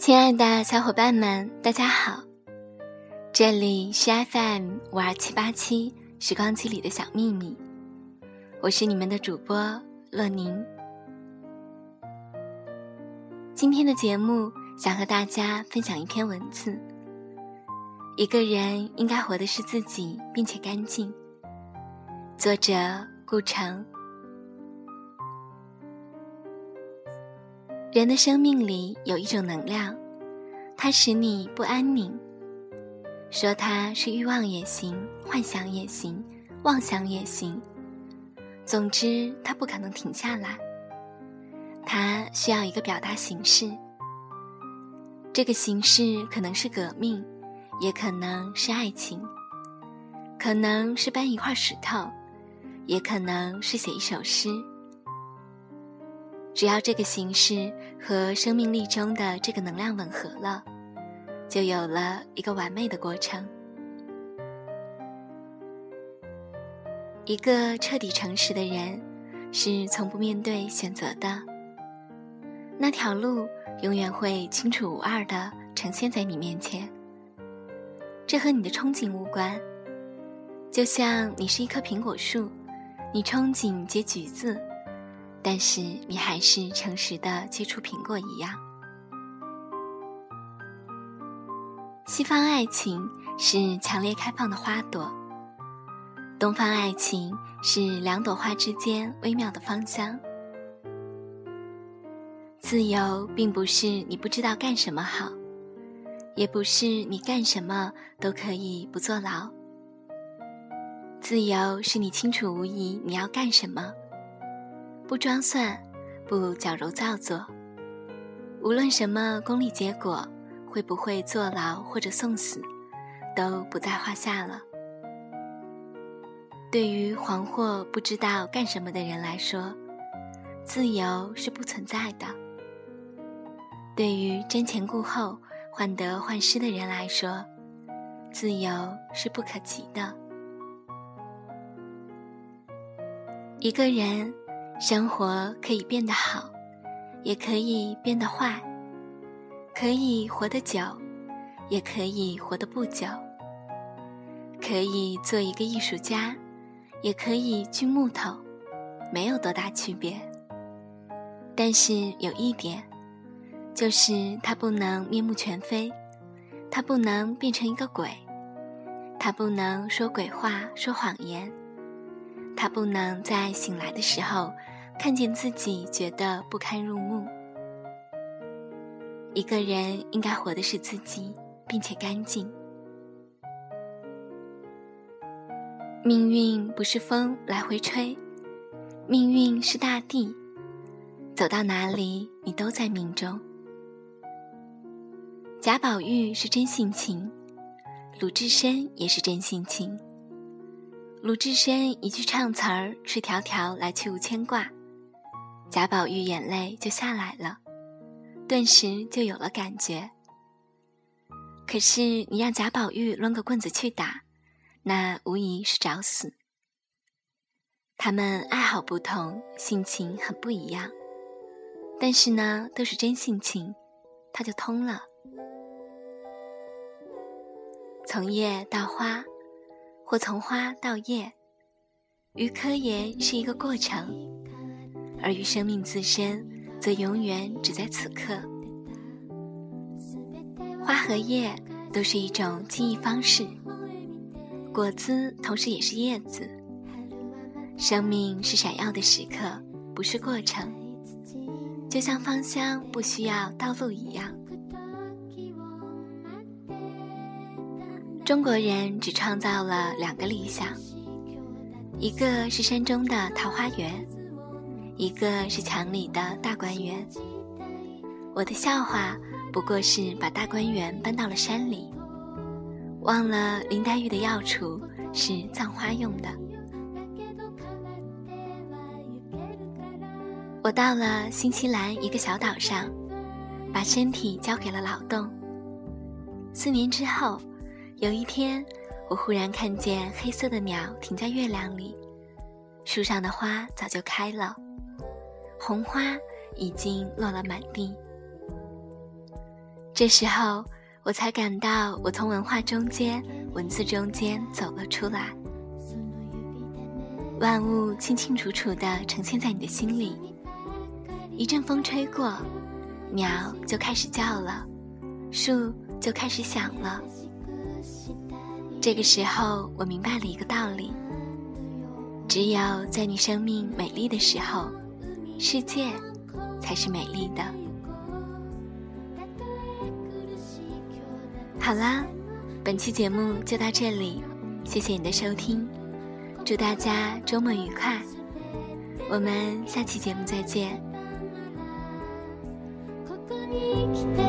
亲爱的小伙伴们，大家好，这里是 FM 52787时光机里的小秘密，我是你们的主播洛宁。今天的节目想和大家分享一篇文字，一个人应该活的是自己并且干净，作者顾城。人的生命里有一种能量，它使你不安宁，说它是欲望也行，幻想也行，妄想也行，总之它不可能停下来，它需要一个表达形式。这个形式可能是革命，也可能是爱情，可能是搬一块石头，也可能是写一首诗。只要这个形式和生命力中的这个能量吻合了，就有了一个完美的过程。一个彻底诚实的人是从不面对选择的，那条路永远会清楚无二地呈现在你面前，这和你的憧憬无关。就像你是一棵苹果树，你憧憬结橘子，但是你还是诚实地结出苹果一样。西方爱情是强烈开放的花朵，东方爱情是两朵花之间微妙的芳香。自由并不是你不知道干什么好，也不是你干什么都可以不坐牢。自由是你清楚无疑你要干什么，不装蒜，不矫揉造作，无论什么功利结果，会不会坐牢或者送死，都不在话下了。对于惶惑不知道干什么的人来说，自由是不存在的。对于瞻前顾后、患得患失的人来说，自由是不可及的。一个人生活可以变得好，也可以变得坏，可以活得久，也可以活得不久，可以做一个艺术家，也可以锯木头，没有多大区别。但是有一点，就是他不能面目全非，他不能变成一个鬼，他不能说鬼话说谎言，他不能在醒来的时候看见自己觉得不堪入目。一个人应该活的是自己并且干净。命运不是风来回吹，命运是大地，走到哪里你都在命中。贾宝玉是真性情，鲁智深也是真性情。鲁智深一句唱词儿，赤条条来去无牵挂，贾宝玉眼泪就下来了，顿时就有了感觉。可是你让贾宝玉抡个棍子去打，那无疑是找死。他们爱好不同，性情很不一样，但是呢，都是真性情，他就通了。从叶到花，或从花到叶，于科研是一个过程，而于生命自身，则永远只在此刻。花和叶都是一种记忆方式，果子同时也是叶子。生命是闪耀的时刻，不是过程，就像芳香不需要道路一样。中国人只创造了2个理想，一个是山中的桃花源，一个是墙里的大观园。我的笑话不过是把大观园搬到了山里，忘了林黛玉的药橱是葬花用的。我到了新西兰一个小岛上，把身体交给了劳动。4年之后，有一天，我忽然看见黑色的鸟停在月亮里，树上的花早就开了，红花已经落了满地。 这时候我才感到我从文化中间、文字中间走了出来，万物清清楚楚地呈现在你的心里。一阵风吹过，鸟就开始叫了，树就开始响了。这个时候我明白了一个道理，只有在你生命美丽的时候，世界才是美丽的。好啦，本期节目就到这里，谢谢你的收听，祝大家周末愉快，我们下期节目再见。